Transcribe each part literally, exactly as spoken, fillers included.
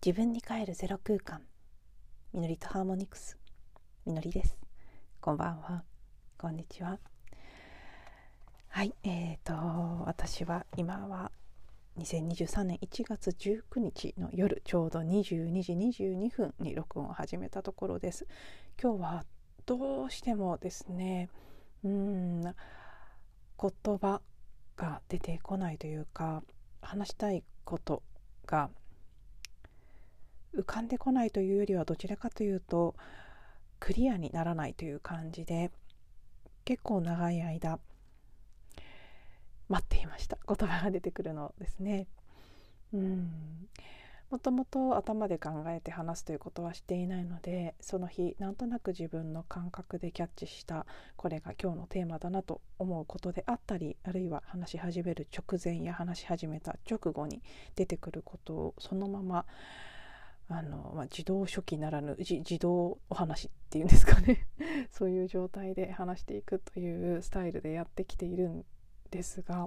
自分に帰るゼロ空間、みのりとハーモニクス、みのりです。こんばんは、こんにちは。はい、えーと私は今はにせんにじゅうさんねんいちがつじゅうくにちの夜、ちょうどにじゅうにじにじゅうにふんに録音を始めたところです。今日はどうしてもですね、うーん言葉が出てこないというか、話したいことが浮かんでこないというよりは、どちらかというとクリアにならないという感じで、結構長い間待っていました。言葉が出てくるのですね。うんもともと頭で考えて話すということはしていないので、その日なんとなく自分の感覚でキャッチした、これが今日のテーマだなと思うことであったり、あるいは話し始める直前や話し始めた直後に出てくることをそのままあの、まあ、自動書記ならぬ自自動お話っていうんですかねそういう状態で話していくというスタイルでやってきているんですが、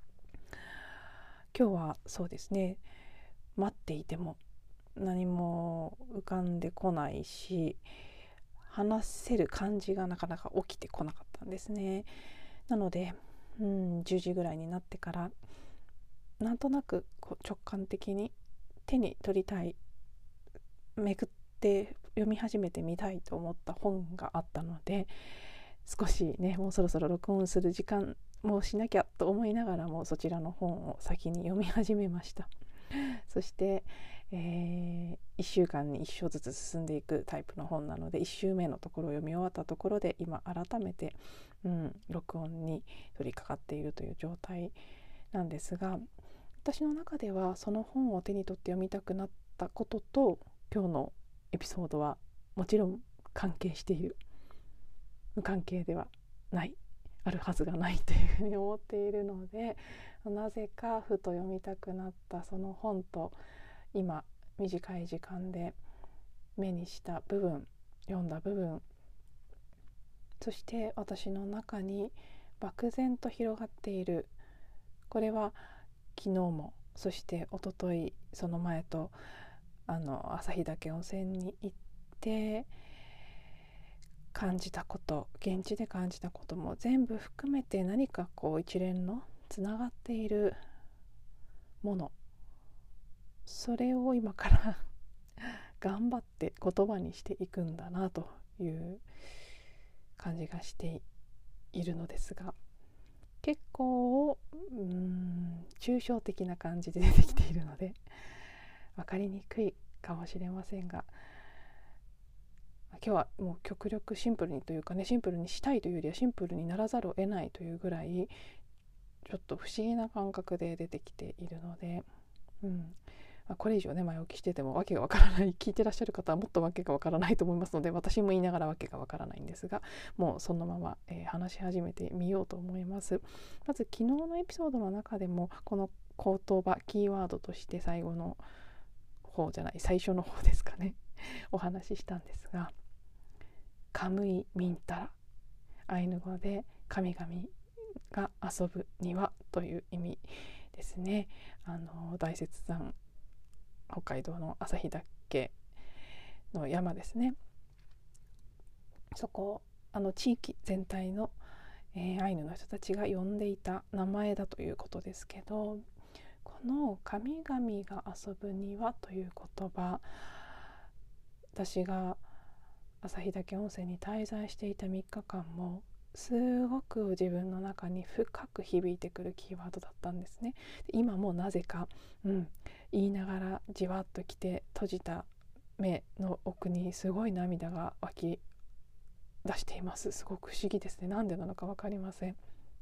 今日はそうですね、待っていても何も浮かんでこないし、話せる感じがなかなか起きてこなかったんですね。なので、うん、じゅうじぐらいになってからなんとなくこう直感的に手に取りたい、めくって読み始めてみたいと思った本があったので、少しね、もうそろそろ録音する時間もしなきゃと思いながらも、そちらの本を先に読み始めました。そして、えー、いっしゅうかんにいっ章ずつ進んでいくタイプの本なので、いっ週目のところを読み終わったところで、今改めて、うん、録音に取り掛かっているという状態なんですが、私の中ではその本を手に取って読みたくなったことと今日のエピソードはもちろん関係している、無関係ではない、あるはずがないというふうに思っているので、なぜかふと読みたくなったその本と、今短い時間で目にした部分、読んだ部分、そして私の中に漠然と広がっている、これは昨日も、そして一昨日その前とあの旭岳温泉に行って感じたこと、現地で感じたことも全部含めて、何かこう一連のつながっているもの、それを今から頑張って言葉にしていくんだなという感じがしているのですが、結構うーん抽象的な感じで出てきているので分かりにくいかもしれませんが、今日はもう極力シンプルにというかね、シンプルにしたいというよりはシンプルにならざるを得ないというぐらい、ちょっと不思議な感覚で出てきているので、うんまあ、これ以上ね前置きしててもわけがわからない、聞いてらっしゃる方はもっとわけがわからないと思いますので、私も言いながらわけがわからないんですが、もうそのまま、えー、話し始めてみようと思います。まず昨日のエピソードの中でもこの言葉、キーワードとして最後の方じゃない最初の方ですかねお話ししたんですが、カムイミンタラ、アイヌ語で神々が遊ぶ庭という意味ですね。あの大雪山、北海道の旭岳の山ですね。そこ、あの地域全体の、えー、アイヌの人たちが呼んでいた名前だということですけど、この神々が遊ぶ庭という言葉、私が旭岳温泉に滞在していたみっかかんもすごく自分の中に深く響いてくるキーワードだったんですね。今もなぜか、うん、言いながらじわっときて、閉じた目の奥にすごい涙が湧き出しています。すごく不思議ですね。なんでなのか分かりません。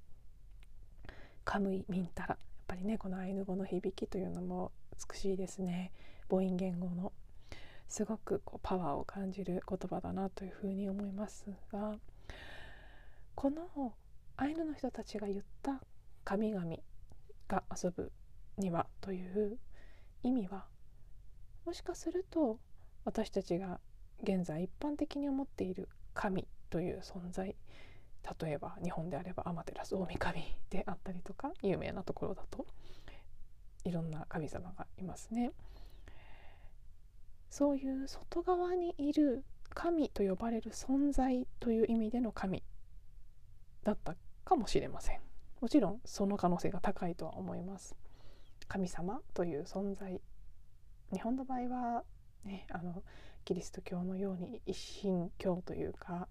カムイミンタラ、やっぱりね、このアイヌ語の響きというのも美しいですね。母音言語のすごくこうパワーを感じる言葉だなというふうに思いますが、このアイヌの人たちが言った神々が遊ぶ庭という意味は、もしかすると私たちが現在一般的に思っている神という存在、例えば日本であれば天照大神であったりとか、有名なところだといろんな神様がいますね。 そういう外側にいる神と呼ばれる存在という意味での神だったかもしれません。もちろんその可能性が高いとは思います。神様という存在、日本の場合は、ね、あのキリスト教のように一神教というか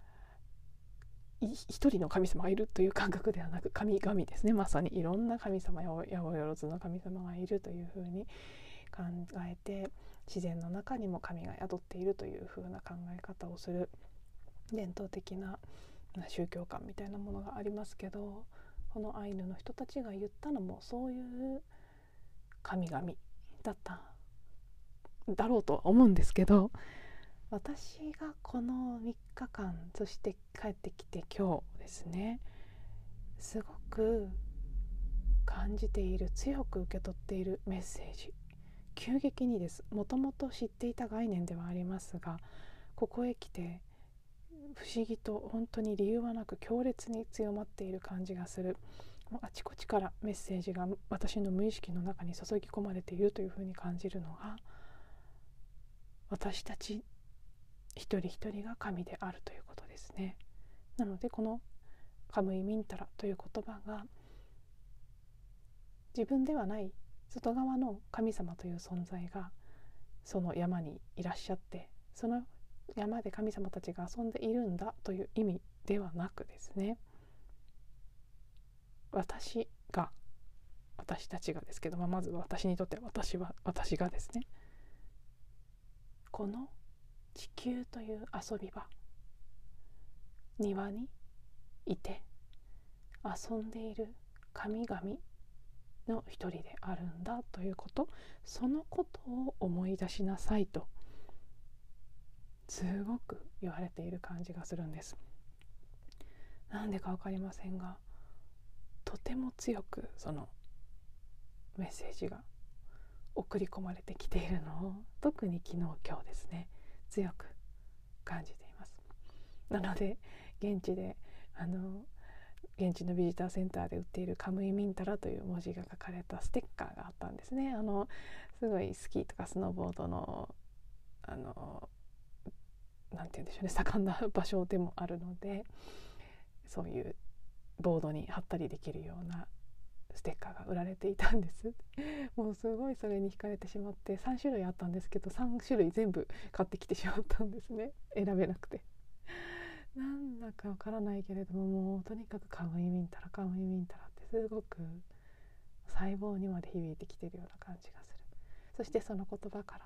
一人の神様がいるという感覚ではなく、神々ですね。まさにいろんな神様や八百万の神様がいるというふうに考えて、自然の中にも神が宿っているというふうな考え方をする伝統的な宗教観みたいなものがありますけど、このアイヌの人たちが言ったのもそういう神々だっただろうとは思うんですけど、私がこのみっかかん、そして帰ってきて今日ですね、すごく感じている、強く受け取っているメッセージ、急激にです。もともと知っていた概念ではありますが、ここへ来て不思議と本当に理由はなく強烈に強まっている感じがする。もうあちこちからメッセージが私の無意識の中に注ぎ込まれているというふうに感じるのが、私たち一人一人が神であるということですね。なのでこのカムイミンタラという言葉が、自分ではない外側の神様という存在がその山にいらっしゃって、その山で神様たちが遊んでいるんだという意味ではなくですね、私が、私たちがですけど、まあ、まず私にとっては私は私がですね、この地球という遊び場、庭にいて遊んでいる神々の一人であるんだということ、そのことを思い出しなさいとすごく言われている感じがするんです。なんでか分かりませんが、とても強くそのメッセージが送り込まれてきているのを、特に昨日今日ですね、強く感じています。なので現地であの現地のビジターセンターで売っているカムイミンタラという文字が書かれたステッカーがあったんですね。あのすごいスキーとかスノーボードのあのなんて言うんでしょうね、盛んな場所でもあるので、そういうボードに貼ったりできるようなステッカーが売られていたんです。もうすごいそれに惹かれてしまって、さん種類あったんですけどさん種類全部買ってきてしまったんですね。選べなくて、なんだかわからないけれども、もうとにかくカムイミンタラカムイミンタラってすごく細胞にまで響いてきているような感じがする。そしてその言葉から、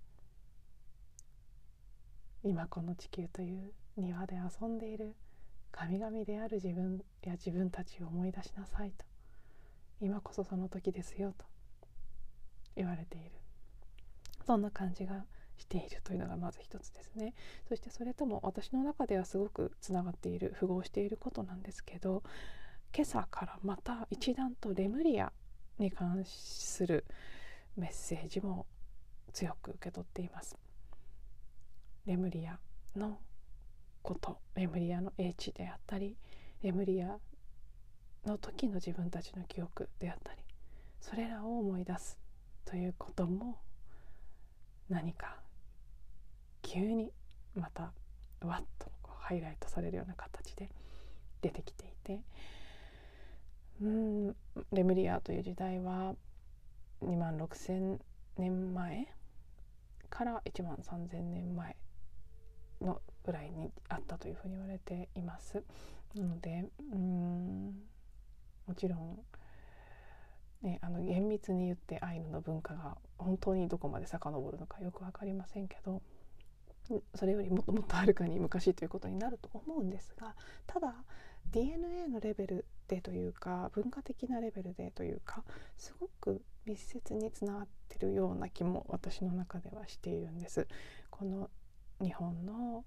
今この地球という庭で遊んでいる神々である自分や自分たちを思い出しなさいと、今こそその時ですよと言われている、そんな感じがしているというのがまず一つですね。そしてそれとも私の中ではすごくつながっている、符合していることなんですけど、今朝からまた一段とレムリアに関するメッセージも強く受け取っています。レムリアのこと、レムリアの英知であったり、レムリアの時の自分たちの記憶であったり、それらを思い出すということも、何か急にまたわっとハイライトされるような形で出てきていて、うーんレムリアという時代はにまんろくせんねんまえからいちまんさんぜんねんまえのぐらいにあったというふうに言われています。なのでうーんもちろん、ね、あの厳密に言ってアイヌの文化が本当にどこまで遡るのかよく分かりませんけど、それよりもっともっとはるかに昔ということになると思うんですが、ただ ディーエヌエー のレベルでというか、文化的なレベルでというか、すごく密接につながっているような気も私の中ではしているんです。この日本の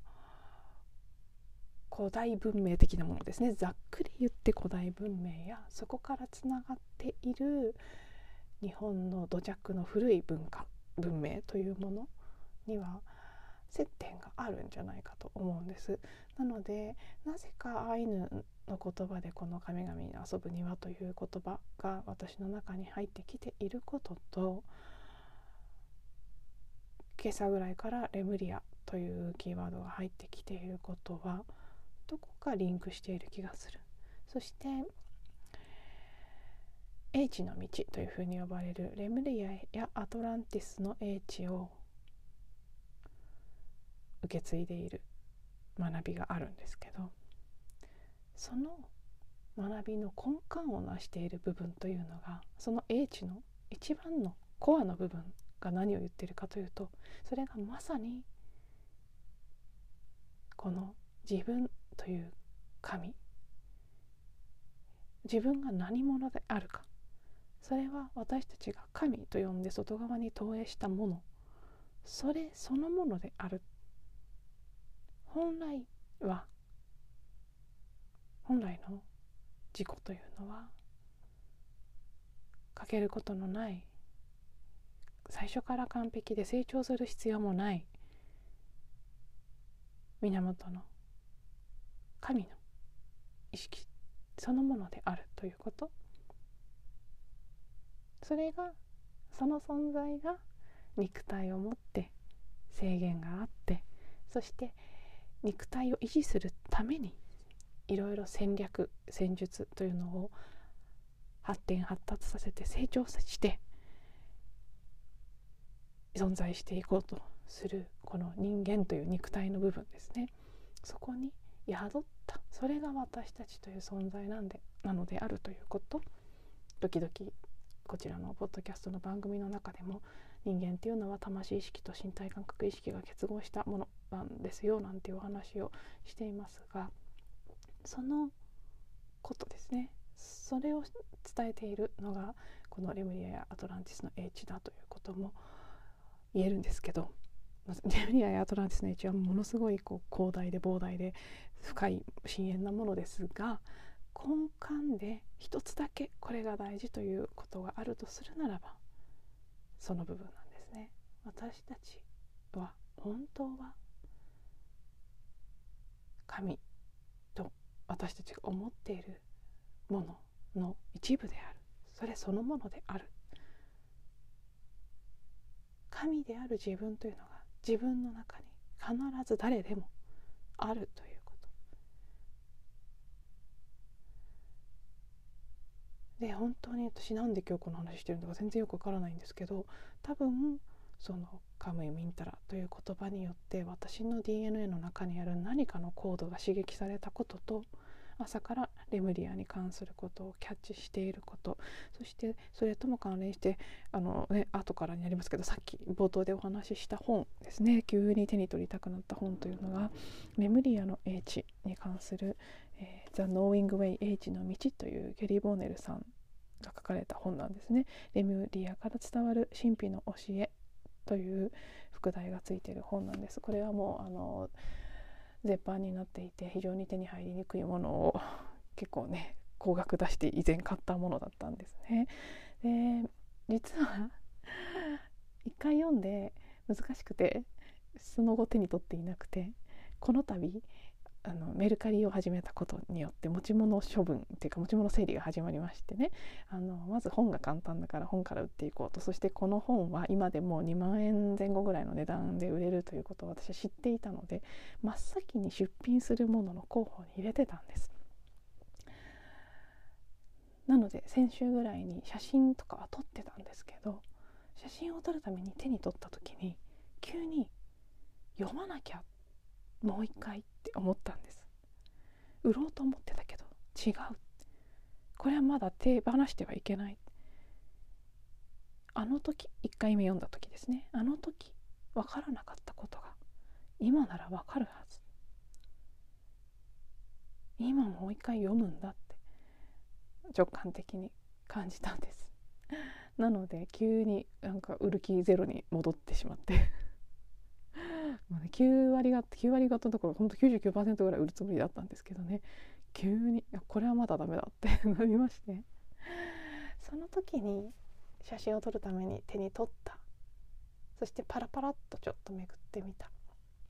古代文明的なものですね、ざっくり言って古代文明や、そこからつながっている日本の土着の古い文化文明というものには接点があるんじゃないかと思うんです。なのでなぜかアイヌの言葉でこの神々に遊ぶ庭という言葉が私の中に入ってきていることと、 今朝ぐらいからレムリアというキーワードが入ってきていることはどこかリンクしている気がする。そして英知の道というふうに呼ばれるレムリアやアトランティスの英知を受け継いでいる学びがあるんですけど、その学びの根幹を成している部分というのが、その英知の一番のコアの部分が何を言っているかというと、それがまさにこの自分という神、自分が何者であるか、それは私たちが神と呼んで外側に投影したもの、それそのものである。本来は本来の自己というのは欠けることのない、最初から完璧で成長する必要もない源の神の意識そのものであるということ、それがその存在が肉体を持って制限があって、そして肉体を維持するためにいろいろ戦略戦術というのを発展発達させて成長して存在していこうとするこの人間という肉体の部分ですね。そこに宿った、それが私たちという存在なんでなのであるということ、時々こちらのポッドキャストの番組の中でも、人間っていうのは魂意識と身体感覚意識が結合したものなんですよなんていうお話をしていますが、そのことですね、それを伝えているのがこのレムリアやアトランティスの英知だということも言えるんですけど、レムリアやアトランティスの英知はものすごいこう広大で膨大で深い深遠なものですが、根幹で一つだけこれが大事ということがあるとするならば、その部分なんですね。私たちは本当は神と私たちが思っているものの一部である、それそのものである。神である自分というのが自分の中に必ず誰でもあるということで、本当に私なんで今日この話してるのか全然よくわからないんですけど、多分そのカムイミンタラという言葉によって私の ディーエヌエー の中にある何かのコードが刺激されたことと、朝からレムリアに関することをキャッチしていること、そしてそれとも関連してあの、ね、後からになりますけど、さっき冒頭でお話しした本ですね、急に手に取りたくなった本というのがレムリアの英知に関する、えー、The Knowing Way 英知の道というゲリー・ボーネルさんが書かれた本なんですね。レムリアから伝わる神秘の教えという副題がついている本なんです。これはもうあの絶版になっていて非常に手に入りにくいものを結構ね高額出して以前買ったものだったんですね。で実は一回読んで難しくてその後手に取っていなくて、この度あのメルカリを始めたことによって持ち物処分っていうか持ち物整理が始まりましてね、あのまず本が簡単だから本から売っていこうと、そしてこの本は今でもにまんえんぜん後ぐらいの値段で売れるということを私は知っていたので、真っ先に出品するものの候補に入れてたんです。なので先週ぐらいに写真とかは撮ってたんですけど、写真を撮るために手に取った時に急に読まなきゃもう一回って思ったんです。売ろうと思ってたけど違う、これはまだ手放してはいけない。あの時いっかいめ読んだ時ですね、あの時分からなかったことが今なら分かるはず、今もう一回読むんだって直感的に感じたんです。なので急になんか売る気ゼロに戻ってしまってもう、ね、きゅうわりがきゅうわり方どころほんと きゅうじゅうきゅうパーセント ぐらい売るつもりだったんですけどね、急にこれはまだダメだってなりまして、その時に写真を撮るために手に取った、そしてパラパラっとちょっとめくってみた、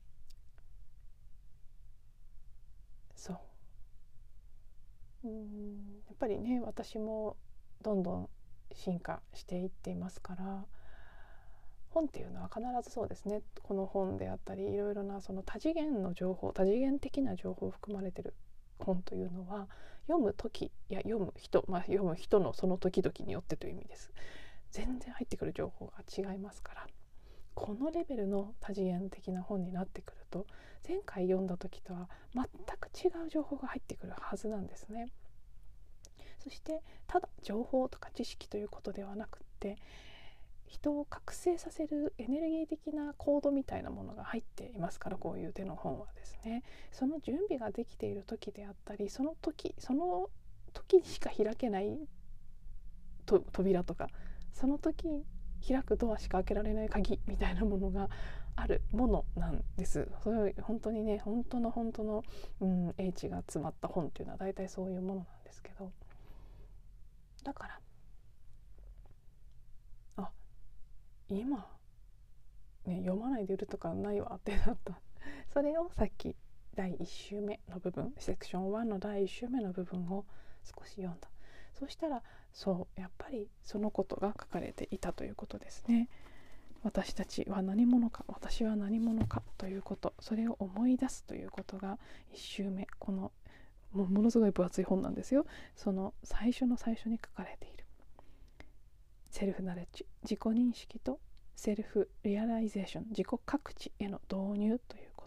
そううーんやっぱりね私もどんどん進化していっていますから、 本っていうのは必ずそうですね。この本であったりいろいろなその多次元の情報、多次元的な情報を含まれている本というのは、読む時や読む人、まあ、読む人のその時々によってという意味です。全然入ってくる情報が違いますから、このレベルの多次元的な本になってくると、前回読んだ時とは全く違う情報が入ってくるはずなんですね。そしてただ情報とか知識ということではなくって、人を覚醒させるエネルギー的なコードみたいなものが入っていますから、こういう手の本はですね、その準備ができている時であったり、その時その時にしか開けないと扉とか、その時開くドアしか開けられない鍵みたいなものがあるものなんです。それ本当にね、本当の本当の、うん、英知が詰まった本っていうのは大体そういうものなんですけど、だからあ今、ね、読まないで売るとかないわってなった。それをさっきだいいち週目の部分、セクションいちのだいいち週目の部分を少し読んだ。そしたら、そうやっぱりそのことが書かれていたということですね。私たちは何者か、私は何者かということ、それを思い出すということがいち週目、このもうものすごい分厚い本なんですよ。その最初の最初に書かれているセルフナレッジ、自己認識とセルフリアライゼーション、自己覚知への導入ということ。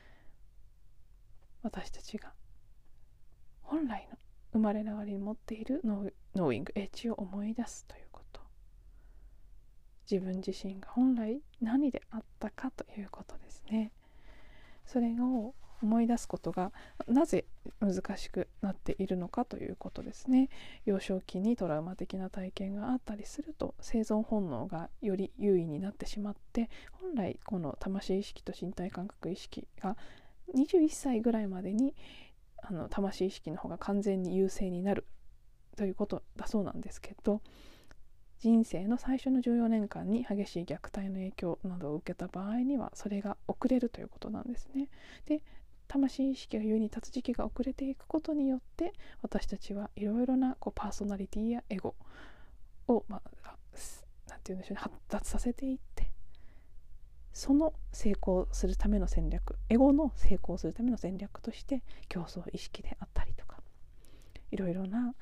私たちが本来の生まれながらに持っているノーノーイング、英知を思い出すということ。自分自身が本来何であったかということですね。それを思い出すことがなぜ難しくなっているのかということですね。幼少期にトラウマ的な体験があったりすると、生存本能がより優位になってしまって、本来この魂意識と身体感覚意識がにじゅういっさいぐらいまでにあの魂意識の方が完全に優勢になるということだそうなんですけど、人生の最初のじゅうよねんかんに激しい虐待の影響などを受けた場合にはそれが遅れるということなんですね。で、魂意識が優位に立つ時期が遅れていくことによって、私たちはいろいろなこうパーソナリティやエゴを、まあ、なんて言うんでしょうね、発達させていって、その成功するための戦略、エゴの成功するための戦略として競争意識であったりとか、いろいろな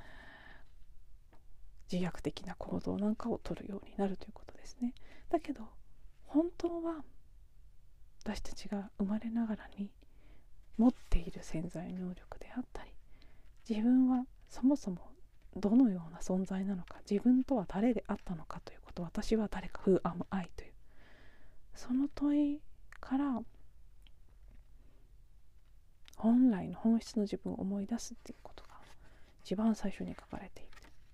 自虐的な行動なんかを取るようになるということですね。だけど本当は私たちが生まれながらに持っている潜在能力であったり、自分はそもそもどのような存在なのか、自分とは誰であったのかということ、私は誰か、Who am I というその問いから本来の本質の自分を思い出すっていうことが一番最初に書かれている。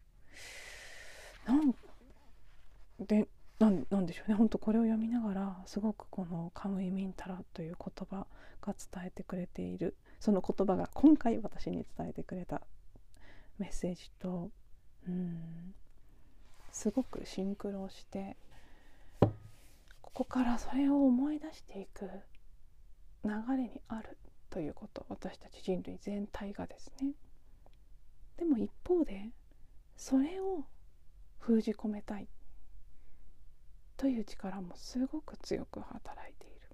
なんでなんなんでしょうね。本当これを読みながらすごくこのカムイミンタラという言葉が伝えてくれている、その言葉が今回私に伝えてくれたメッセージとうんすごくシンクロして、ここからそれを思い出していく流れにあるということ、私たち人類全体がですね。でも一方でそれを封じ込めたいという力もすごく強く働いている。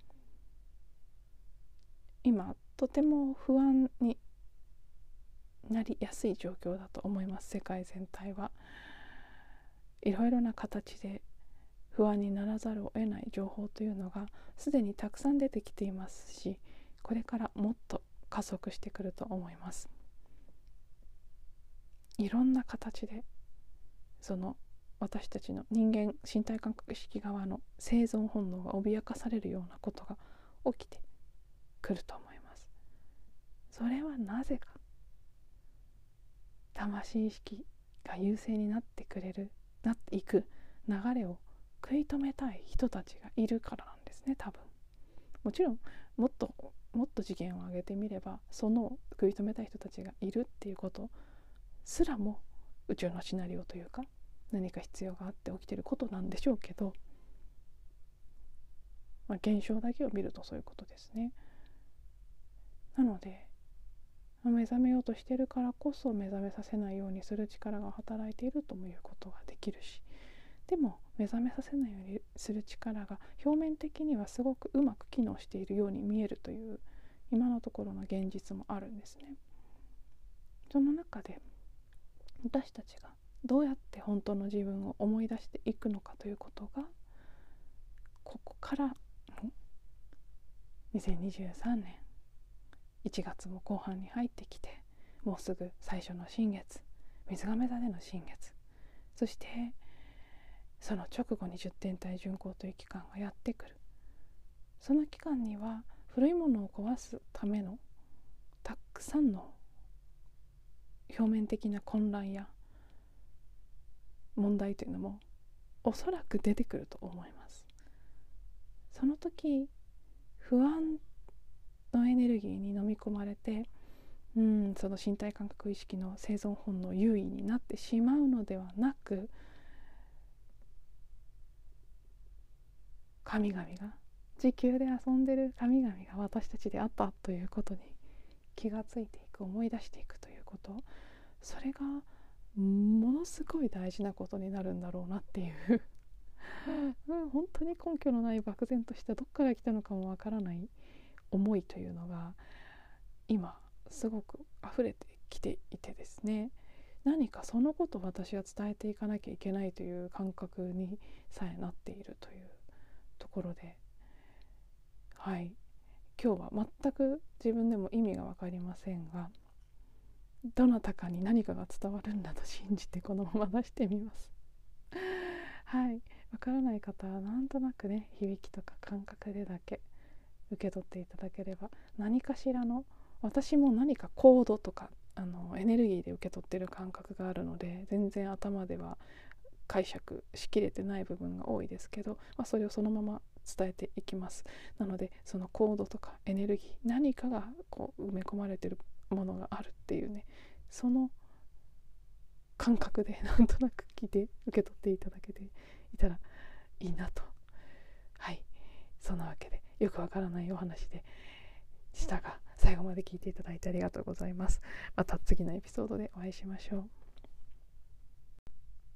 今とても不安になりやすい状況だと思います。世界全体はいろいろな形で不安にならざるを得ない情報というのがすでにたくさん出てきていますし、これからもっと加速してくると思います。いろんな形でその私たちの人間身体感覚意識側の生存本能が脅かされるようなことが起きてくると思います。それはなぜか、魂意識が優勢になってくれるなっていく流れを食い止めたい人たちがいるからなんですね。多分もちろんもっともっと次元を上げてみれば、その食い止めたい人たちがいるっていうことすらも宇宙のシナリオというか何か必要があって起きてることなんでしょうけど、まあ、現象だけを見るとそういうことですね。なので目覚めようとしてるからこそ目覚めさせないようにする力が働いているともいうことができるし、 でも目覚めさせないようにする力が表面的にはすごくうまく機能しているように見えるという今のところの現実もあるんですね。その中で私たちがどうやって本当の自分を思い出していくのかということが、ここからにせんにじゅうさんねんいちがつも後半に入ってきて、もうすぐ最初の新月、水亀座での新月、そしてその直後にじゅってん体巡行という期間がやってくる。その期間には古いものを壊すためのたくさんの表面的な混乱や問題というのもおそらく出てくると思います。その時不安のエネルギーに飲み込まれて、うんその身体感覚意識の生存本能優位になってしまうのではなく、神々が、地球で遊んでる神々が私たちであったということに気がついていく、思い出していくということ、それがものすごい大事なことになるんだろうなっていううん、本当に根拠のない漠然としたどっから来たのかもわからない思いというのが今すごく溢れてきていてですね、何かそのことを私は伝えていかなきゃいけないという感覚にさえなっているというところで、はい、今日は全く自分でも意味が分かりませんが、どなたかに何かが伝わるんだと信じてこのまま出してみますはい、分からない方はなんとなくね、響きとか感覚でだけ受け取っていただければ、何かしらの、私も何かコードとかあのエネルギーで受け取っている感覚があるので、全然頭では解釈しきれてない部分が多いですけど、まあ、それをそのまま伝えていきます。なのでそのコードとかエネルギー、何かがこう埋め込まれているものがあるっていうね、その感覚でなんとなく聞いて受け取っていただけていたらいいなと。はい、そんなわけでよくわからないお話でしたが、最後まで聞いていただいてありがとうございます。また次のエピソードでお会いしましょう。